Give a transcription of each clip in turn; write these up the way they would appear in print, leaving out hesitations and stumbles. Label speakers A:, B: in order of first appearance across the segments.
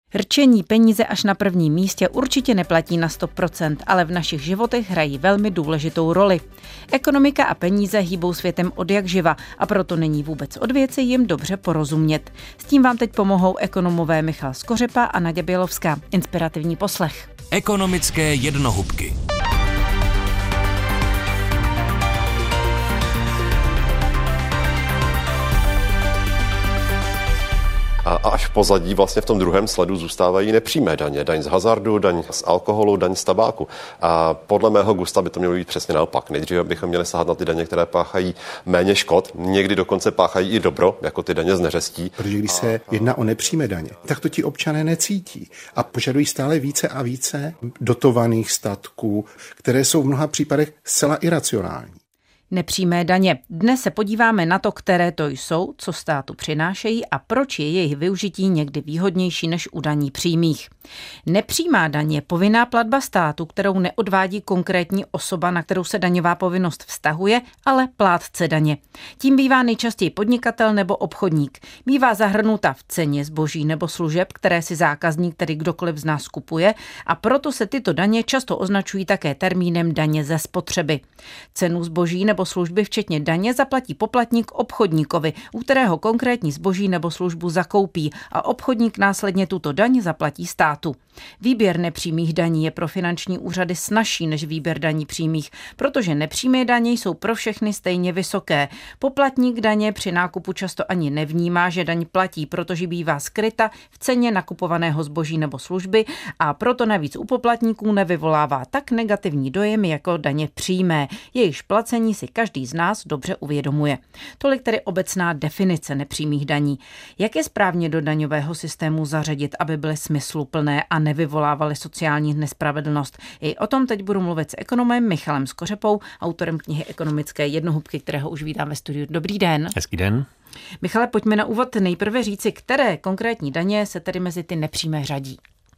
A: Rčení peníze až na prvním místě určitě neplatí na 100%, ale v našich životech hrají velmi důležitou roli. Ekonomika a peníze hýbou světem odjakživa a proto není vůbec od věci jim dobře porozumět. S tím vám teď pomohou ekonomové Michal Skořepa a Naděja Bělovská. Inspirativní poslech.
B: Ekonomické jednohubky.
C: A až v pozadí vlastně v tom druhém sledu zůstávají nepřímé daně. Daň z hazardu, daň z alkoholu, daň z tabáku. A podle mého gusta by to mělo být přesně naopak. Nejdříve bychom měli sahat na ty daně, které páchají méně škod, někdy dokonce páchají i dobro, jako ty daně z neřestí.
D: Protože když se jedná o nepřímé daně, tak to ti občané necítí a požadují stále více a více dotovaných statků, které jsou v mnoha případech zcela iracionální.
A: Nepřímé daně. Dnes se podíváme na to, které to jsou, co státu přinášejí a proč je jejich využití někdy výhodnější než u daní přímých. Nepřímá daň je povinná platba státu, kterou neodvádí konkrétní osoba, na kterou se daňová povinnost vztahuje, ale plátce daně. Tím bývá nejčastěji podnikatel nebo obchodník. Bývá zahrnuta v ceně zboží nebo služeb, které si zákazník, tedy kdokoliv z nás kupuje, a proto se tyto daně často označují také termínem daně ze spotřeby. Cenu zboží nebo služby včetně daně zaplatí poplatník obchodníkovi, u kterého konkrétní zboží nebo službu zakoupí, a obchodník následně tuto daň zaplatí státu. Výběr nepřímých daní je pro finanční úřady snazší než výběr daní přímých, protože nepřímé daně jsou pro všechny stejně vysoké. Poplatník daně při nákupu často ani nevnímá, že daň platí, protože bývá skryta v ceně nakupovaného zboží nebo služby a proto navíc u poplatníků nevyvolává tak negativní dojemy jako daně přímé. Jejichž placení si každý z nás dobře uvědomuje. Tolik tedy obecná definice nepřímých daní. Jak je správně do daňového systému zařadit, aby byly smysluplné a nevyvolávaly sociální nespravedlnost? I o tom teď budu mluvit s ekonomem Michalem Skořepou, autorem knihy Ekonomické jednohubky, kterého už vítám ve studiu. Dobrý den.
E: Hezký den.
A: Michale, pojďme na úvod nejprve říci, které konkrétní daně se tedy mezi ty nepřímé řadí.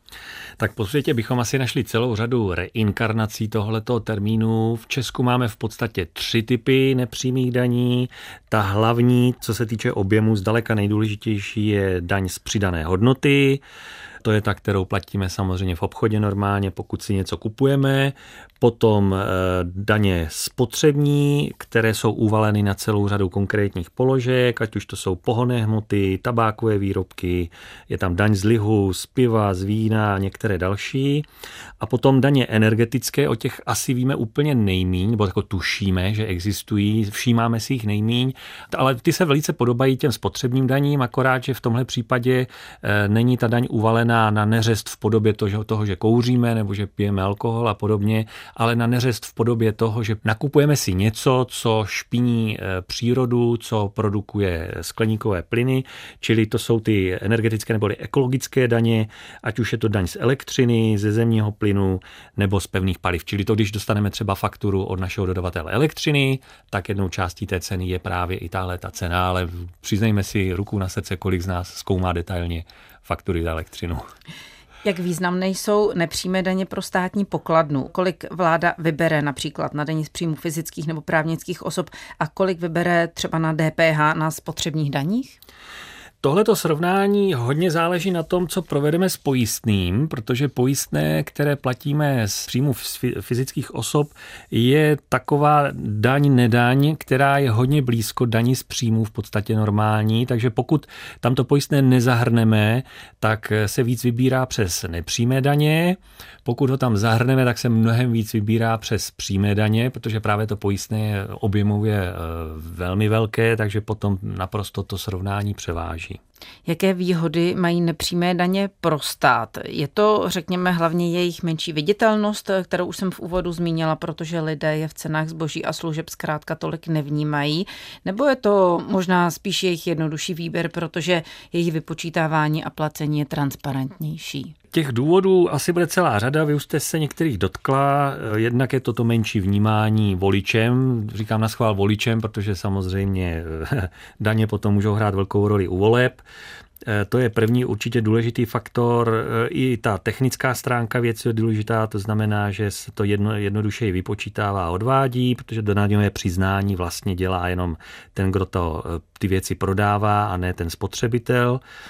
E: Tak po světě bychom asi našli celou řadu reinkarnací tohletoho termínu. V Česku máme v podstatě 3 typy nepřímých daní. Ta hlavní, co se týče objemu, zdaleka nejdůležitější, je daň z přidané hodnoty. To je ta, kterou platíme samozřejmě v obchodě normálně, pokud si něco kupujeme. Potom daně spotřební, které jsou uvaleny na celou řadu konkrétních položek, ať už to jsou pohonné hmoty, tabákové výrobky, je tam daň z lihu, z piva, z vína a některé další. A potom daně energetické, o těch asi víme úplně nejmíň, nebo jako tušíme, že existují, všímáme si jich nejmíň, ale ty se velice podobají těm spotřebním daním, akorát, že v tomhle případě není ta daň uvalená na neřest v podobě toho, že kouříme nebo že pijeme alkohol a podobně, ale na neřest v podobě toho, že nakupujeme si něco, co špiní přírodu, co produkuje skleníkové plyny, čili to jsou ty energetické nebo ekologické daně, ať už je to daň z elektřiny, ze zemního plynu nebo z pevných paliv. Čili to, když dostaneme třeba fakturu od našeho dodavatele elektřiny, tak jednou částí té ceny je právě i tahle ta cena, ale přiznejme si ruku na srdce, kolik z nás zkoumá detailně faktury za elektřinu.
A: Jak významné jsou nepřímé daně pro státní pokladnu? Kolik vláda vybere například na daní z příjmu fyzických nebo právnických osob a kolik vybere třeba na DPH, na spotřebních daních?
E: Tohleto srovnání hodně záleží na tom, co provedeme s pojistným, protože pojistné, které platíme z příjmu fyzických osob, je taková daň-nedaň, která je hodně blízko daní z příjmu v podstatě normální, takže pokud tamto pojistné nezahrneme, tak se víc vybírá přes nepřímé daně. Pokud ho tam zahrneme, tak se mnohem víc vybírá přes přímé daně, protože právě to pojistné je objemově velmi velké, takže potom naprosto to srovnání převáží.
A: Jaké výhody mají nepřímé daně pro stát? Je to, řekněme, hlavně jejich menší viditelnost, kterou už jsem v úvodu zmínila, protože lidé je v cenách zboží a služeb zkrátka tolik nevnímají? Nebo je to možná spíš jejich jednodušší výběr, protože jejich vypočítávání a placení je transparentnější?
E: Těch důvodů asi bude celá řada, vy už jste se některých dotkla. Jednak je to menší vnímání voličem, říkám naschvál voličem, protože samozřejmě daně potom můžou hrát velkou roli u voleb. To je první určitě důležitý faktor. I ta technická stránka věci je důležitá, to znamená, že se to jednodušeji vypočítává a odvádí, protože daňové přiznání vlastně dělá jenom ten, kdo ty věci prodává a ne ten spotřebitel.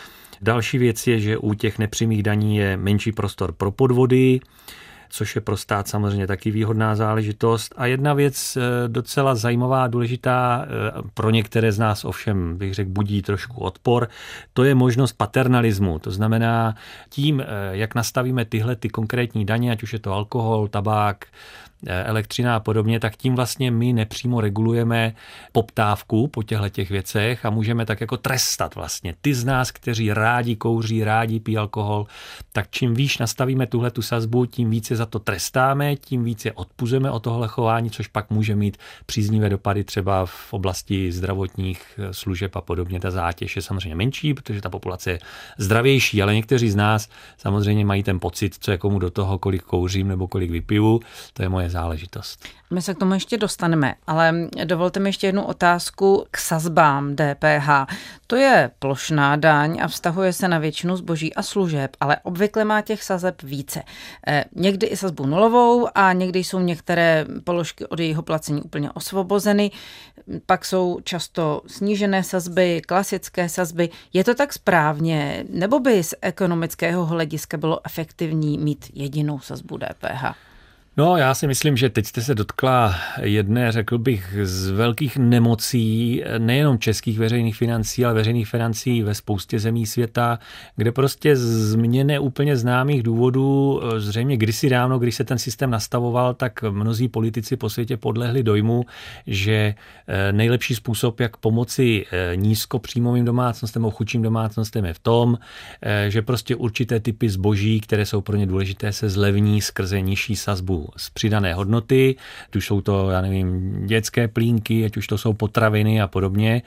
E: Další věc je, že u těch nepřímých daní je menší prostor pro podvody, což je pro stát samozřejmě taky výhodná záležitost. A jedna věc docela zajímavá, důležitá, pro některé z nás ovšem, bych řekl, budí trošku odpor, to je možnost paternalismu. To znamená tím, jak nastavíme tyhle ty konkrétní daně, ať už je to alkohol, tabák, elektřina a podobně, tak tím vlastně my nepřímo regulujeme poptávku po těchto věcech a můžeme tak jako trestat vlastně ty z nás, kteří rádi kouří, rádi pijí alkohol, tak čím výš nastavíme tuhletu sazbu, tím více za to trestáme, tím více odpuzujeme od tohle chování, což pak může mít příznivé dopady třeba v oblasti zdravotních služeb a podobně. Ta zátěž je samozřejmě menší, protože ta populace je zdravější, ale někteří z nás samozřejmě mají ten pocit, co je komu do toho, kolik kouřím nebo kolik vypiju. To je moje záležitost.
A: My se k tomu ještě dostaneme, ale dovolte mi ještě jednu otázku k sazbám DPH. To je plošná daň a vztahuje se na většinu zboží a služeb, ale obvykle má těch sazeb více. Někdy i sazbu nulovou a někdy jsou některé položky od jejího placení úplně osvobozeny. Pak jsou často snížené sazby, klasické sazby. Je to tak správně, nebo by z ekonomického hlediska bylo efektivní mít jedinou sazbu DPH?
E: No, já si myslím, že teď jste se dotkla jedné, řekl bych, z velkých nemocí nejenom českých veřejných financí, ale veřejných financí ve spoustě zemí světa, kde prostě z mně neúplně známých důvodů, zřejmě kdysi dávno, když se ten systém nastavoval, tak mnozí politici po světě podlehli dojmu, že nejlepší způsob, jak pomoci nízkopříjmovým domácnostem a chudším domácnostem je v tom, že prostě určité typy zboží, které jsou pro ně důležité, se zlevní skrze nižší sazbu z přidané hodnoty, ať už jsou to, já nevím, dětské plínky, ať už to jsou potraviny a podobně.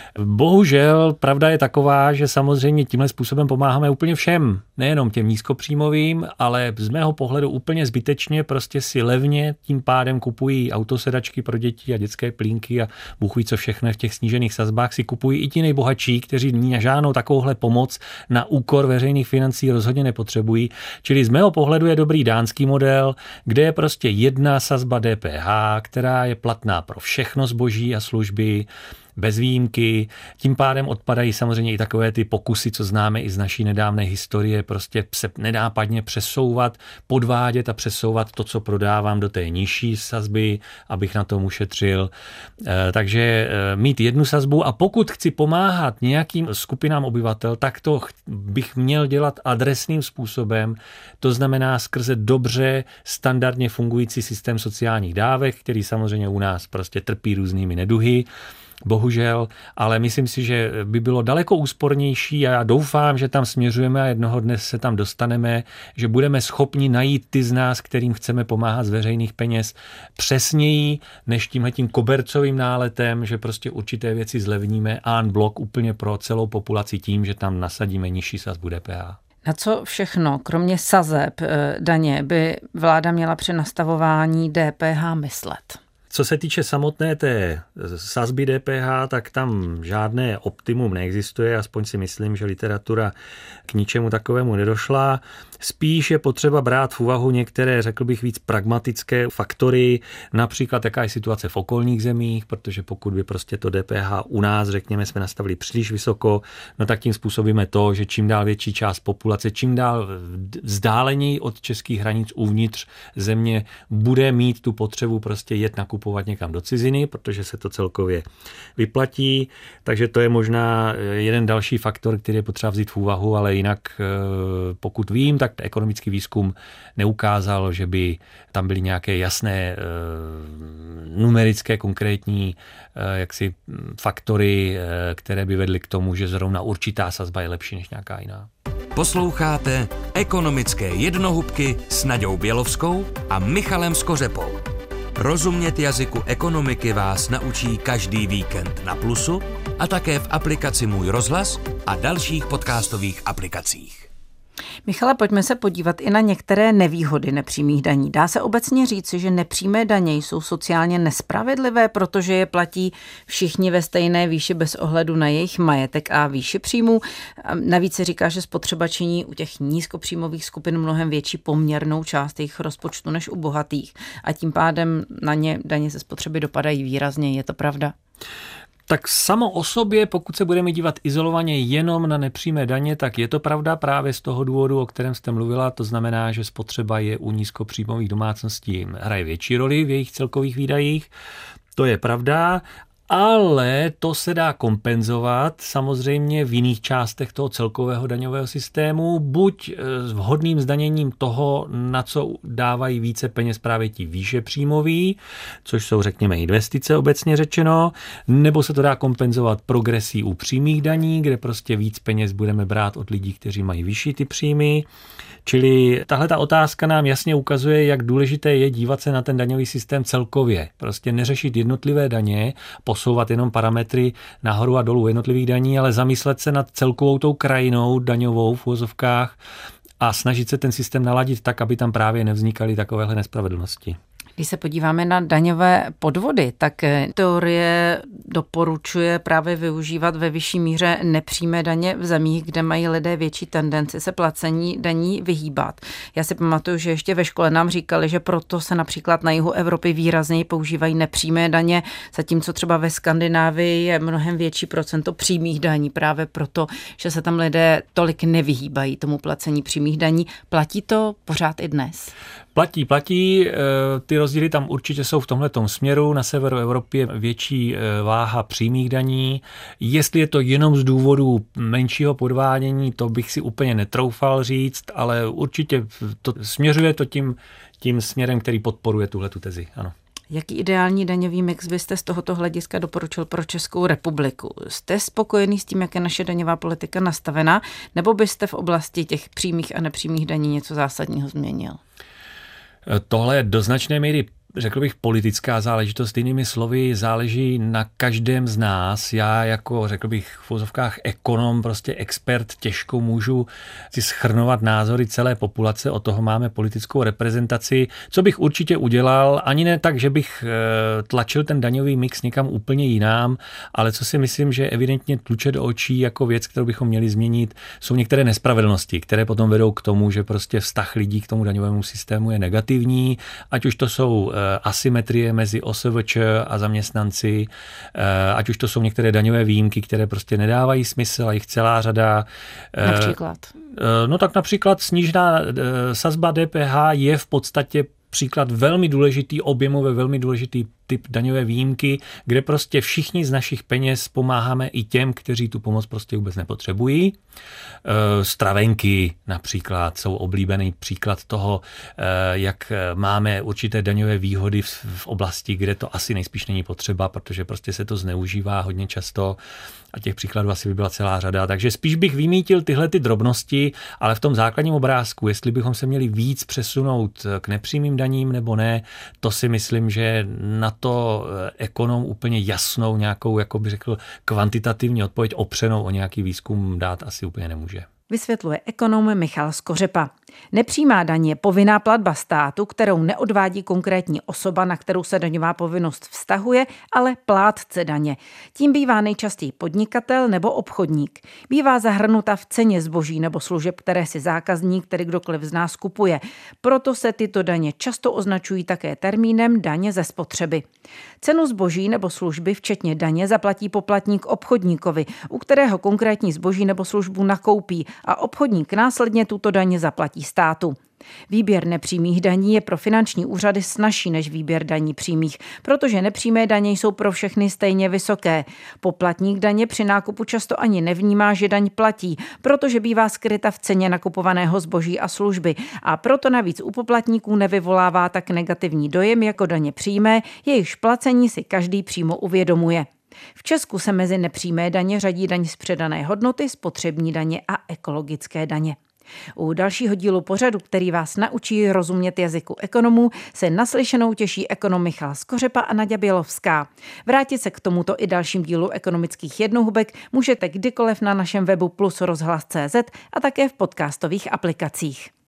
E: Bohužel pravda je taková, že samozřejmě tímhle způsobem pomáháme úplně všem, nejenom těm nízkopříjmovým, ale z mého pohledu úplně zbytečně prostě si levně tím pádem kupují autosedačky pro děti a dětské plínky a bůh ví co všechno v těch snížených sazbách si kupují i ti nejbohatší, kteří žádnou takovouhle pomoc na úkor veřejných financí rozhodně nepotřebují. Čili z mého pohledu je dobrý dánský model, kde je prostě jedna sazba DPH, která je platná pro všechno zboží a služby, bez výjimky. Tím pádem odpadají samozřejmě i takové ty pokusy, co známe i z naší nedávné historie, prostě se nenápadně přesouvat, podvádět a přesouvat to, co prodávám do té nižší sazby, abych na tom ušetřil. Takže mít jednu sazbu a pokud chci pomáhat nějakým skupinám obyvatel, tak to bych měl dělat adresným způsobem, to znamená skrze dobře standardně fungující systém sociálních dávek, který samozřejmě u nás prostě trpí různými neduhy, bohužel, ale myslím si, že by bylo daleko úspornější a já doufám, že tam směřujeme a jednoho dne se tam dostaneme, že budeme schopni najít ty z nás, kterým chceme pomáhat z veřejných peněz přesněji, než tímhletím kobercovým náletem, že prostě určité věci zlevníme en bloc úplně pro celou populaci tím, že tam nasadíme nižší sazbu DPH.
A: Na co všechno, kromě sazeb daně, by vláda měla při nastavování DPH myslet?
E: Co se týče samotné té sazby DPH, tak tam žádné optimum neexistuje, aspoň si myslím, že literatura k ničemu takovému nedošla. Spíš je potřeba brát v úvahu některé, řekl bych, víc pragmatické faktory, například jaká je situace v okolních zemích, protože pokud by prostě to DPH u nás, řekněme, jsme nastavili příliš vysoko, no tak tím způsobíme to, že čím dál větší část populace, čím dál vzdáleněji od českých hranic uvnitř země bude mít tu potřebu prostě jet nakupovat někam do ciziny, protože se to celkově vyplatí, takže to je možná jeden další faktor, který je potřeba vzít v úvahu, ale jinak pokud vím, tak ekonomický výzkum neukázal, že by tam byly nějaké jasné numerické, konkrétní jaksi faktory, které by vedly k tomu, že zrovna určitá sazba je lepší než nějaká jiná.
B: Posloucháte Ekonomické jednohubky s Naďou Bělovskou a Michalem Skořepou. Rozumět jazyku ekonomiky vás naučí každý víkend na Plusu a také v aplikaci Můj rozhlas a dalších podcastových aplikacích.
A: Michale, pojďme se podívat i na některé nevýhody nepřímých daní. Dá se obecně říci, že nepřímé daně jsou sociálně nespravedlivé, protože je platí všichni ve stejné výši bez ohledu na jejich majetek a výši příjmů. Navíc se říká, že spotřeba činí u těch nízkopříjmových skupin mnohem větší poměrnou část jejich rozpočtu než u bohatých a tím pádem na ně daně ze spotřeby dopadají výrazně. Je to pravda?
E: Tak samo o sobě, pokud se budeme dívat izolovaně jenom na nepřímé daně, tak je to pravda právě z toho důvodu, o kterém jste mluvila. To znamená, že spotřeba je u nízkopříjmových domácností hraje větší roli v jejich celkových výdajích. To je pravda. Ale to se dá kompenzovat samozřejmě v jiných částech toho celkového daňového systému, buď s vhodným zdaněním toho, na co dávají více peněz právě ti výše příjmoví, což jsou řekněme investice obecně řečeno, nebo se to dá kompenzovat progresí u přímých daní, kde prostě víc peněz budeme brát od lidí, kteří mají vyšší ty příjmy. Čili tahle ta otázka nám jasně ukazuje, jak důležité je dívat se na ten daňový systém celkově. Prostě neřešit jednotlivé daně, posouvat jenom parametry nahoru a dolů jednotlivých daní, ale zamyslet se nad celkovou tou krajinou daňovou v uvozovkách a snažit se ten systém naladit tak, aby tam právě nevznikaly takovéhle nespravedlnosti.
A: Když se podíváme na daňové podvody, tak teorie doporučuje právě využívat ve vyšší míře nepřímé daně v zemích, kde mají lidé větší tendenci se placení daní vyhýbat. Já si pamatuju, že ještě ve škole nám říkali, že proto se například na jihu Evropy výrazněji používají nepřímé daně, zatímco třeba ve Skandinávii je mnohem větší procento přímých daní, právě proto, že se tam lidé tolik nevyhýbají tomu placení přímých daní. Platí to pořád i dnes?
E: Platí. Ty rozdíly tam určitě jsou v tomhletom směru. Na severu Evropy je větší váha přímých daní. Jestli je to jenom z důvodu menšího podvádění, to bych si úplně netroufal říct, ale určitě směřuje to tím směrem, který podporuje tuhletu tezi. Ano.
A: Jaký ideální daňový mix byste z tohoto hlediska doporučil pro Českou republiku? Jste spokojený s tím, jak je naše daňová politika nastavená, nebo byste v oblasti těch přímých a nepřímých daní něco zásadního změnil?
E: Tohle je do značné míry, řekl bych, politická záležitost. Jinými slovy, záleží na každém z nás. Já jako, řekl bych, v uvozovkách ekonom, prostě expert, těžko můžu si shrnovat názory celé populace, od toho máme politickou reprezentaci. Co bych určitě udělal, ani ne tak, že bych tlačil ten daňový mix někam úplně jinam, ale co si myslím, že evidentně tluče do očí jako věc, kterou bychom měli změnit, jsou některé nespravedlnosti, které potom vedou k tomu, že prostě vztah lidí k tomu daňovému systému je negativní, ať už to jsou asymetrie mezi OSVČ a zaměstnanci, ať už to jsou některé daňové výjimky, které prostě nedávají smysl, a jich celá řada.
A: Například?
E: No tak například snížená sazba DPH je v podstatě příklad velmi důležitý, objemově velmi důležitý typ daňové výjimky, kde prostě všichni z našich peněz pomáháme i těm, kteří tu pomoc prostě vůbec nepotřebují. Stravenky například jsou oblíbený příklad toho, jak máme určité daňové výhody v oblasti, kde to asi nejspíš není potřeba, protože prostě se to zneužívá hodně často a těch příkladů asi by byla celá řada. Takže spíš bych vymítil tyhle ty drobnosti, ale v tom základním obrázku, jestli bychom se měli víc přesunout k nepřímým daním nebo ne, to si myslím, že na to ekonom úplně jasnou nějakou, jako by řekl, kvantitativní odpověď opřenou o nějaký výzkum dát asi úplně nemůže.
A: Vysvětluje ekonom Michal Skořepa. Nepřímá daň je povinná platba státu, kterou neodvádí konkrétní osoba, na kterou se daňová povinnost vztahuje, ale plátce daně. Tím bývá nejčastěji podnikatel nebo obchodník. Bývá zahrnuta v ceně zboží nebo služeb, které si zákazník, tedy kdokoliv z nás kupuje. Proto se tyto daně často označují také termínem daně ze spotřeby. Cenu zboží nebo služby, včetně daně, zaplatí poplatník obchodníkovi, u kterého konkrétní zboží nebo službu nakoupí, a obchodník následně tuto daň zaplatí státu. Výběr nepřímých daní je pro finanční úřady snazší než výběr daní přímých, protože nepřímé daně jsou pro všechny stejně vysoké. Poplatník daně při nákupu často ani nevnímá, že daň platí, protože bývá skryta v ceně nakupovaného zboží a služby, a proto navíc u poplatníků nevyvolává tak negativní dojem jako daně přímé, jejichž placení si každý přímo uvědomuje. V Česku se mezi nepřímé daně řadí daň z přidané hodnoty, spotřební daně a ekologické daně. U dalšího dílu pořadu, který vás naučí rozumět jazyku ekonomů, se naslyšenou těší ekonom Michal Skořepa a Naďa Bělovská. Vrátit se k tomuto i dalším dílu ekonomických jednohubek můžete kdykoliv na našem webu plus rozhlas.cz a také v podcastových aplikacích.